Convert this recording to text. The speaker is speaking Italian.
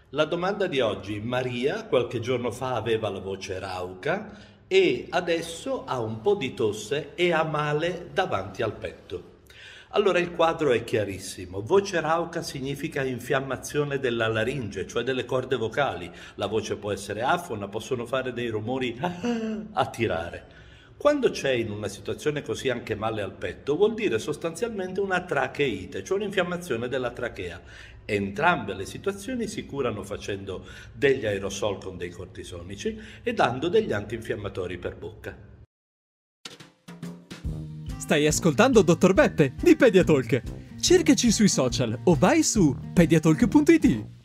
La domanda di oggi: Maria qualche giorno fa aveva la voce rauca e adesso ha un po' di tosse e ha male davanti al petto. Allora il quadro è chiarissimo. Voce rauca significa infiammazione della laringe, cioè delle corde vocali. La voce può essere afona, possono fare dei rumori a tirare. Quando c'è in una situazione così anche male al petto, vuol dire sostanzialmente una tracheite, cioè un'infiammazione della trachea. Entrambe le situazioni si curano facendo degli aerosol con dei cortisonici e dando degli antinfiammatori per bocca. Stai ascoltando Dottor Beppe di Pediatalk. Cercaci sui social o vai su pediatalk.it.